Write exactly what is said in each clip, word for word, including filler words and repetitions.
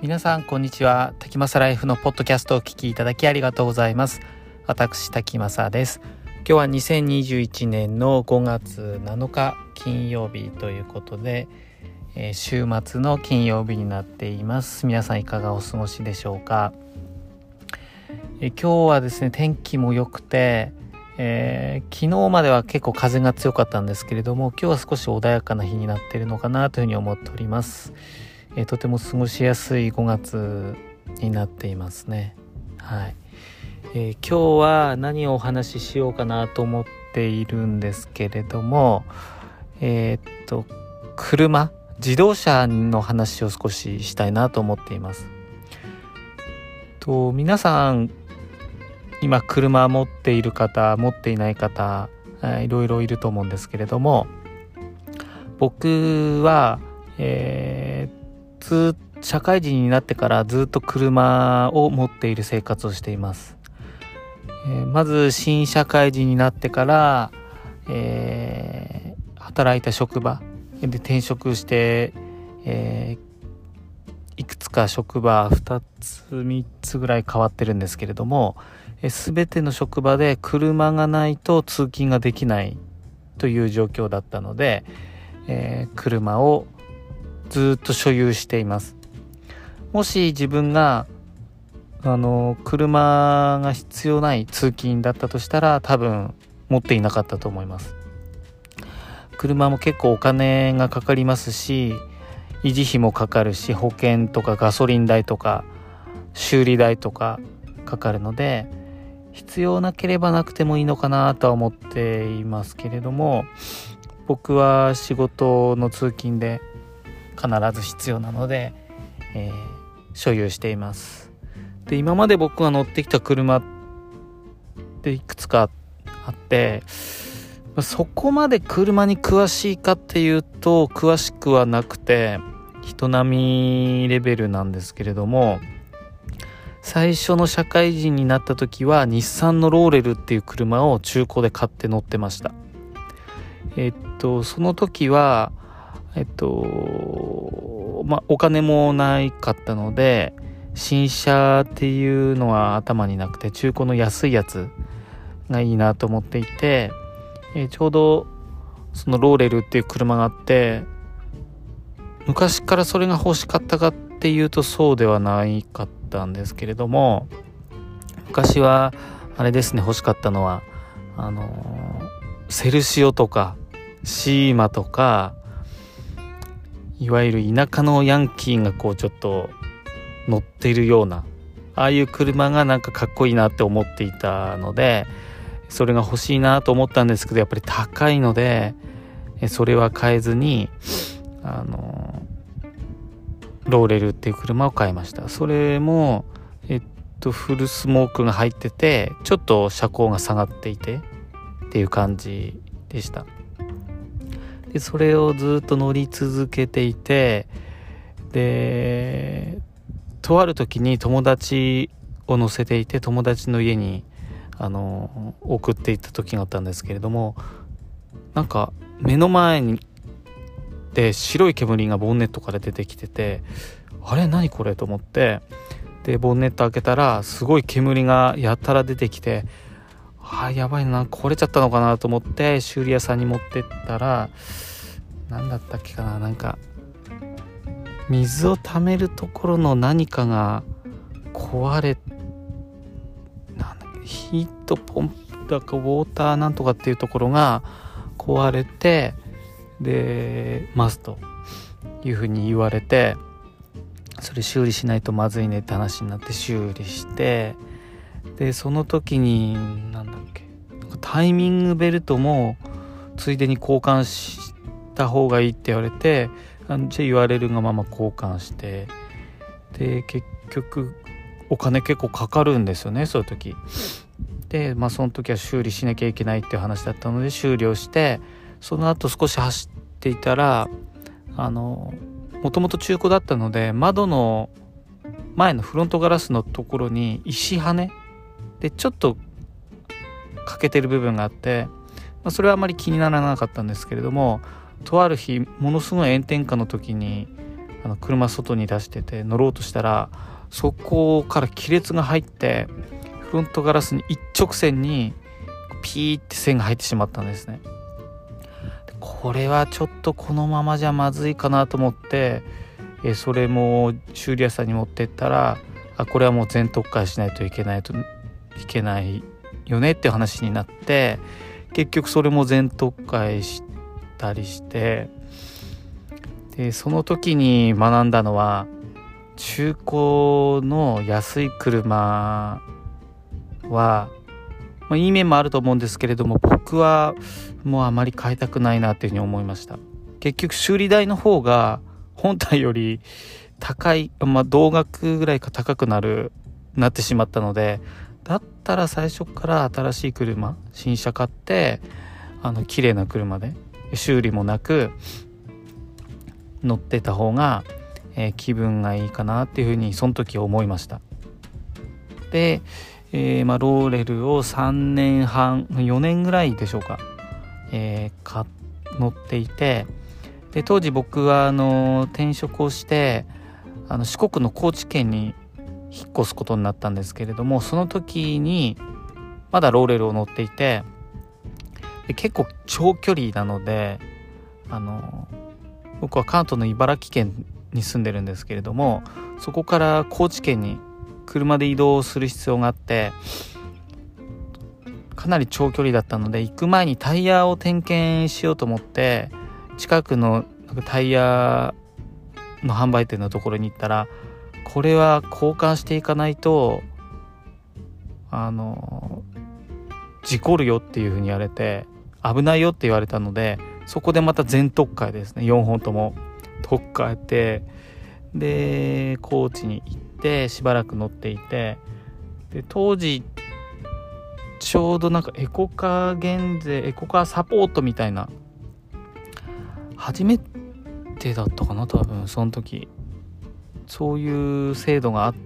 皆さんこんにちは。滝正ライフのポッドキャストをお聞きいただきありがとうございます。私滝正です。今日はにせんにじゅういちねんのごがつなのか金曜日ということで、えー、週末の金曜日になっています。皆さんいかがお過ごしでしょうか。えー、今日はですね、天気も良くて、えー、昨日までは結構風が強かったんですけれども、今日は少し穏やかな日になっているのかなというふうに思っております。えー、とても過ごしやすいごがつになっていますね。はい。えー、今日は何をお話ししようかなと思っているんですけれども、えー、っと車自動車の話を少ししたいなと思っています。と皆さん今車持っている方持っていない方、えー、いろいろいると思うんですけれども、僕は、えーず社会人になってからずっと車を持っている生活をしています。えー、まず新社会人になってから、えー、働いた職場で転職して、えー、いくつか職場ふたつみっつぐらい変わってるんですけれども、えー、全ての職場で車がないと通勤ができないという状況だったので、えー、車をずっと所有しています。もし自分があの車が必要ない通勤だったとしたら多分持っていなかったと思います。車も結構お金がかかりますし、維持費もかかるし、保険とかガソリン代とか修理代とかかかるので、必要なければなくてもいいのかなとは思っていますけれども、僕は仕事の通勤で必ず必要なので、えー、所有しています。で、今まで僕が乗ってきた車っていくつかあって、そこまで車に詳しいかっていうと詳しくはなくて、人並みレベルなんですけれども、最初の社会人になった時は日産のローレルっていう車を中古で買って乗ってました。えっとその時はえっとまあお金もないかったので、新車っていうのは頭になくて、中古の安いやつがいいなと思っていて、えー、ちょうどそのローレルっていう車があって、昔からそれが欲しかったかっていうとそうではないかったんですけれども、昔はあれですね、欲しかったのはあのー、セルシオとかシーマとか、いわゆる田舎のヤンキーがこうちょっと乗っているような、ああいう車がなんかかっこいいなって思っていたので、それが欲しいなと思ったんですけど、やっぱり高いのでそれは買えずに、あのローレルっていう車を買いました。それもえっとフルスモークが入ってて、ちょっと車高が下がっていてっていう感じでした。でそれをずっと乗り続けていて、でとある時に友達を乗せていて、友達の家にあの送っていった時があったんですけれども、なんか目の前にで白い煙がボンネットから出てきてて、あれ何これと思って、でボンネット開けたらすごい煙がやたら出てきて、あやばいな、壊れちゃったのかなと思って修理屋さんに持ってったら、何だったっけかな、なんか水を溜めるところの何かが壊れ、なんだっけ、ヒートポンプだかウォーターなんとかっていうところが壊れて、でますというふうに言われて、それ修理しないとまずいねって話になって修理して、でその時になんだっけ、タイミングベルトもついでに交換した方がいいって言われて、あのじゃあ言われるがまま交換して、で結局お金結構かかるんですよね、そういう時で。まあその時は修理しなきゃいけないっていう話だったので修理をして、その後少し走っていたら、あのもともと中古だったので、窓の前のフロントガラスのところに石跳ねでちょっと欠けてる部分があって、まあ、それはあまり気にならなかったんですけれども、とある日ものすごい炎天下の時にあの車外に出してて乗ろうとしたら、そこから亀裂が入ってフロントガラスに一直線にピーって線が入ってしまったんですね。これはちょっとこのままじゃまずいかなと思って、えそれも修理屋さんに持ってったら、あこれはもう全特化しないといけないといけないよねっていう話になって、結局それも全特化したりして、でその時に学んだのは、中古の安い車は、まあ、いい面もあると思うんですけれども、僕はもうあまり買いたくないなっていうふうに思いました。結局修理代の方が本体より高い、まあ、同額ぐらいか高くなるなってしまったので、だったら最初から新しい車、新車買って、あの綺麗な車で修理もなく乗ってた方が、えー、気分がいいかなっていうふうにその時思いました。で、えーまあ、ローレルをさんねんはんよねんぐらいでしょうか、えー、か乗っていて、で当時僕はあの転職をしてあの四国の高知県に引っ越すことになったんですけれども、その時にまだローレルを乗っていて、で結構長距離なので、あの僕は関東の茨城県に住んでるんですけれども、そこから高知県に車で移動する必要があって、かなり長距離だったので、行く前にタイヤを点検しようと思って近くのタイヤの販売店のところに行ったら、これは交換していかないとあの事故るよっていうふうに言われて、危ないよって言われたので、そこでまた全特化ですね、よんほんとも特化して、で高知に行ってしばらく乗っていて、で当時ちょうどなんかエコカー減税、エコカーサポートみたいな、初めてだったかな多分その時、そういう制度があって、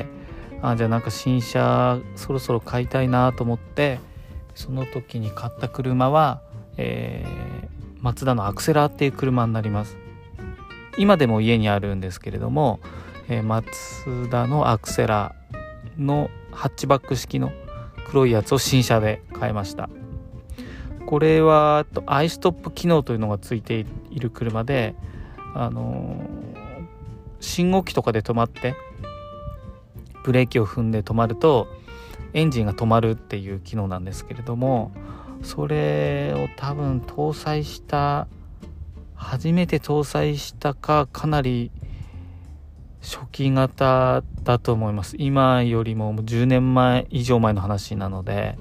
あじゃあなんか新車そろそろ買いたいなと思って、その時に買った車は、えー、マツダのアクセラーっていう車になります。今でも家にあるんですけれども、えー、マツダのアクセラのハッチバック式の黒いやつを新車で買いました。これはアイストップ機能というのがついている車で、あのー、信号機とかで止まってブレーキを踏んで止まるとエンジンが止まるっていう機能なんですけれども、それを多分搭載した初めて搭載したかかなり初期型だと思います。今よりもじゅうねんまえ以上前の話なので、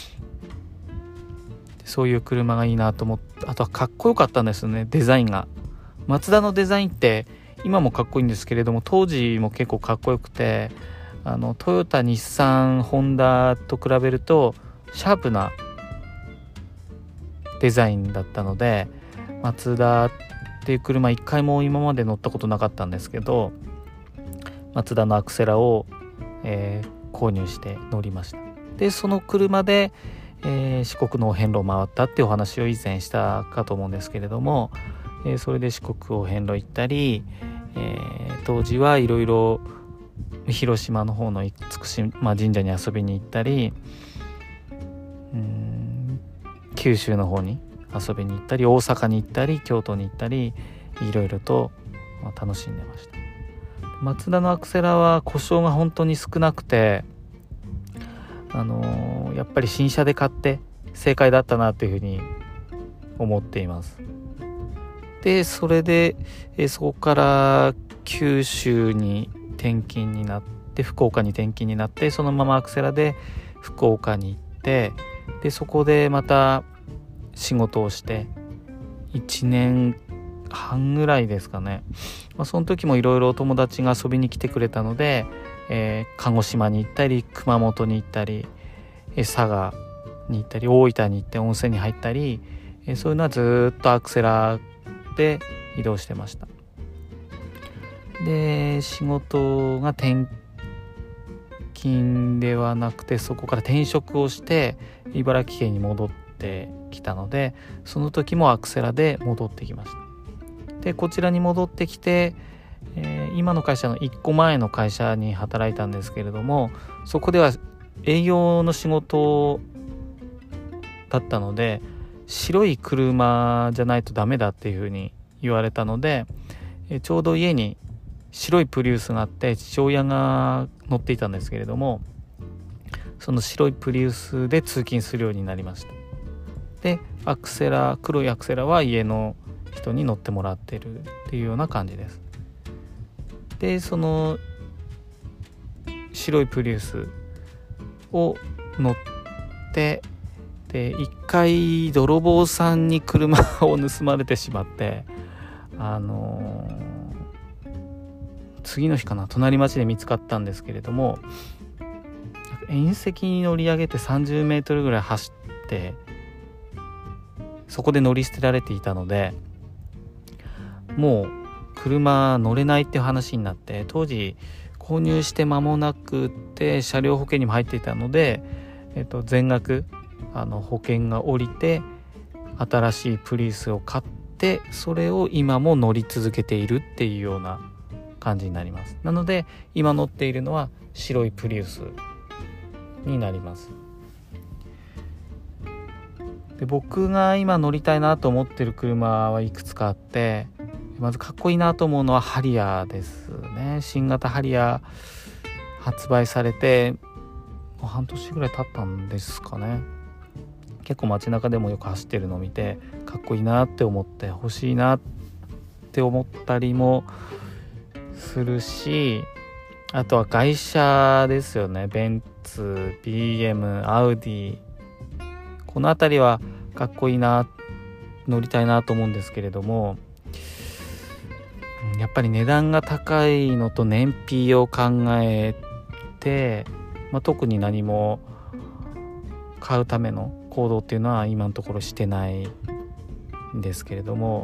そういう車がいいなと思って、あとはかっこよかったんですね、デザインが。マツダのデザインって今もかっこいいんですけれども、当時も結構かっこよくて、あのトヨタ、日産、ホンダと比べるとシャープなデザインだったので、マツダっていう車一回も今まで乗ったことなかったんですけど、マツダのアクセラを、えー、購入して乗りました。でその車で、えー、四国のお遍路を回ったっていうお話を以前したかと思うんですけれども、えー、それで四国お遍路行ったり、えー、当時はいろいろ広島の方の厳島神社に遊びに行ったり、うーん九州の方に遊びに行ったり、大阪に行ったり、京都に行ったり、いろいろと楽しんでました。マツダのアクセラは故障が本当に少なくて、あのー、やっぱり新車で買って正解だったなというふうに思っています。でそれで、えー、そこから九州に転勤になって、福岡に転勤になって、そのままアクセラで福岡に行って、でそこでまた仕事をしていちねんはんぐらいですかね、まあ、その時もいろいろお友達が遊びに来てくれたので、えー、鹿児島に行ったり、熊本に行ったり、えー、佐賀に行ったり、大分に行って温泉に入ったり、えー、そういうのはずっとアクセラで移動してました。で仕事が転勤ではなくて、そこから転職をして茨城県に戻ってきたので、その時もアクセラで戻ってきました。でこちらに戻ってきて、 えー、今の会社のいっこまえの会社に働いたんですけれども、そこでは営業の仕事だったので、白い車じゃないとダメだっていうふうに言われたので、えー、ちょうど家に白いプリウスがあって、父親が乗っていたんですけれども、その白いプリウスで通勤するようになりました。でアクセラ黒いアクセラは家の人に乗ってもらってるっていうような感じです。でその白いプリウスを乗って、で一回泥棒さんに車を盗まれてしまって、あのー、次の日かな、隣町で見つかったんですけれども、縁石に乗り上げてさんじゅうメートルぐらい走って、そこで乗り捨てられていたので、もう車乗れないっていう話になって、当時購入して間もなくて車両保険にも入っていたので、えっと、全額あの保険が下りて新しいプリウスを買って、それを今も乗り続けているっていうような感じになります。なので今乗っているのは白いプリウスになります。で僕が今乗りたいなと思ってる車はいくつかあって、まずかっこいいなと思うのはハリアーですね。新型ハリアー発売されてもう半年ぐらい経ったんですかね。結構街中でもよく走ってるのを見て、かっこいいなって思って欲しいなって思ったりもするし、あとは外車ですよね。ベンツ、ビーエム、アウディ、この辺りはかっこいいな、乗りたいなと思うんですけれども、やっぱり値段が高いのと燃費を考えて、まあ、特に何も買うための行動っていうのは今のところしてないんですけれども、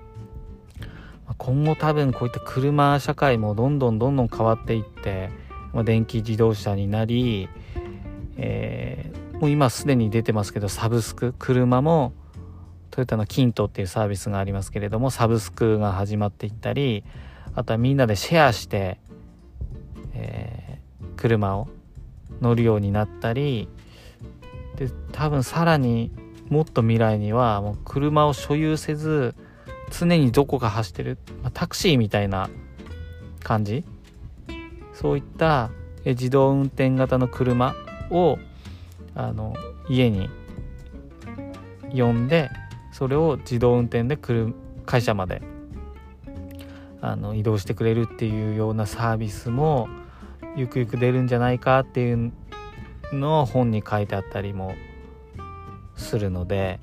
今後多分こういった車社会もどんどんどんどん変わっていって、まあ、電気自動車になり、えー、もう今すでに出てますけど、サブスク、車もトヨタのキントっていうサービスがありますけれども、サブスクが始まっていったり、あとはみんなでシェアして、えー、車を乗るようになったりで、多分さらにもっと未来にはもう車を所有せず常にどこか走ってる、まあ、タクシーみたいな感じ、そういったえ自動運転型の車をあの家に呼んで、それを自動運転で来る会社まであの移動してくれるっていうようなサービスもゆくゆく出るんじゃないかっていうのを本に書いてあったりもするので、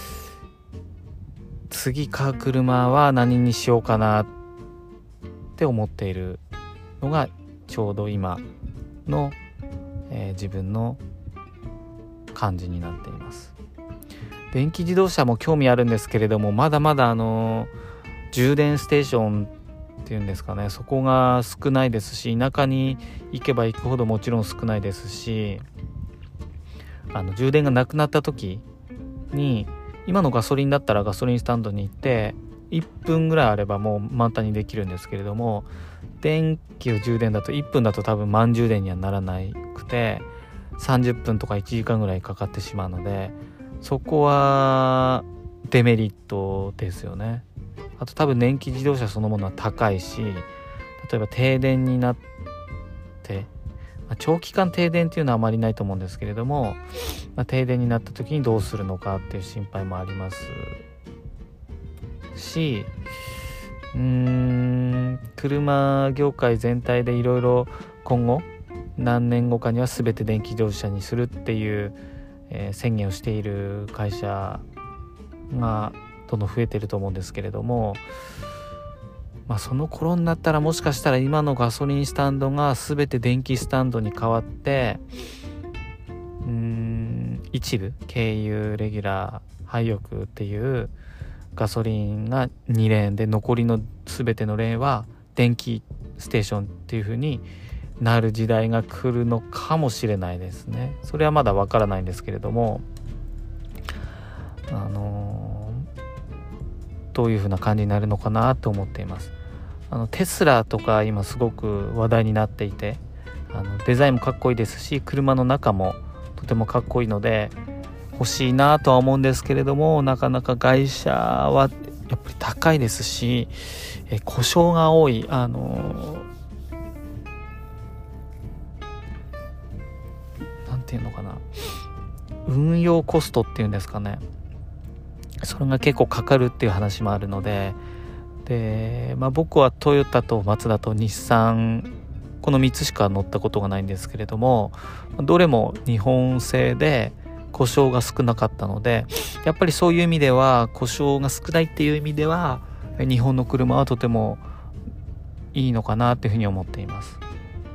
次買う車は何にしようかなって思っているのがちょうど今の、えー、自分の感じになっています。電気自動車も興味あるんですけれども、まだまだあの充電ステーションっていうんですかね、そこが少ないですし、田舎に行けば行くほどもちろん少ないですし、あの充電がなくなった時に、今のガソリンだったらガソリンスタンドに行っていっぷんぐらいあればもう満タンにできるんですけれども、電気を充電だといっぷんだと多分満充電にはならなくてさんじゅっぷんとかいちじかんぐらいかかってしまうので、そこはデメリットですよね。あと多分電気自動車そのものは高いし、例えば停電になって、まあ、長期間停電っていうのはあまりないと思うんですけれども、まあ、停電になった時にどうするのかっていう心配もありますし、うーん車業界全体でいろいろ今後何年後かには全て電気自動車にするっていう、えー、宣言をしている会社がどんどん増えてると思うんですけれども、まあ、その頃になったらもしかしたら今のガソリンスタンドが全て電気スタンドに変わって、うーん一部軽油レギュラーハイオクっていうガソリンがにレーンで、残りの全てのレーンは電気ステーションっていう風になる時代が来るのかもしれないですね。それはまだわからないんですけれども、あのー、どういう風な感じになるのかなと思っています。 あのテスラとか今すごく話題になっていて、あのデザインもかっこいいですし、車の中もとてもかっこいいので欲しいなとは思うんですけれども、なかなか外車はやっぱり高いですし、え故障が多い。あのなんていうのかな、運用コストっていうんですかね、それが結構かかるっていう話もあるので、で、まあ、僕はトヨタとマツダと日産、このみっつしか乗ったことがないんですけれども、どれも日本製で故障が少なかったので、やっぱりそういう意味では故障が少ないっていう意味では日本の車はとてもいいのかなっていうふうに思っています。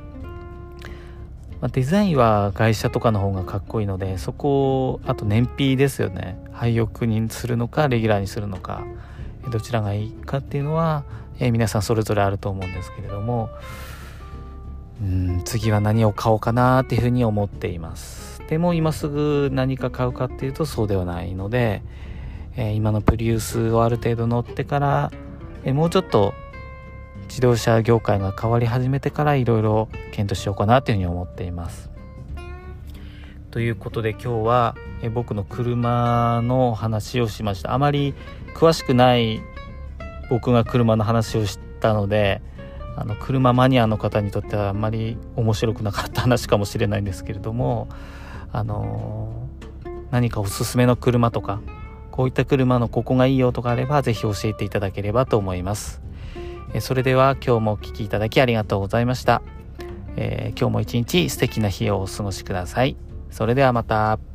まあ、デザインは外車とかの方がかっこいいので、そこをあと燃費ですよね。廃屋にするのかレギュラーにするのか、どちらがいいかっていうのは、えー、皆さんそれぞれあると思うんですけれども、うーん次は何を買おうかなっていうふうに思っています。でも今すぐ何か買うかっていうとそうではないので、えー、今のプリウスをある程度乗ってから、えー、もうちょっと自動車業界が変わり始めてからいろいろ検討しようかなというふうに思っています。ということで今日はえ僕の車の話をしました。あまり詳しくない僕が車の話をしたので、あの車マニアの方にとってはあまり面白くなかった話かもしれないんですけれども、あの何かおすすめの車とか、こういった車のここがいいよとかあればぜひ教えていただければと思います。それでは今日もお聞きいただきありがとうございました。えー、今日も一日素敵な日をお過ごしください。それではまた。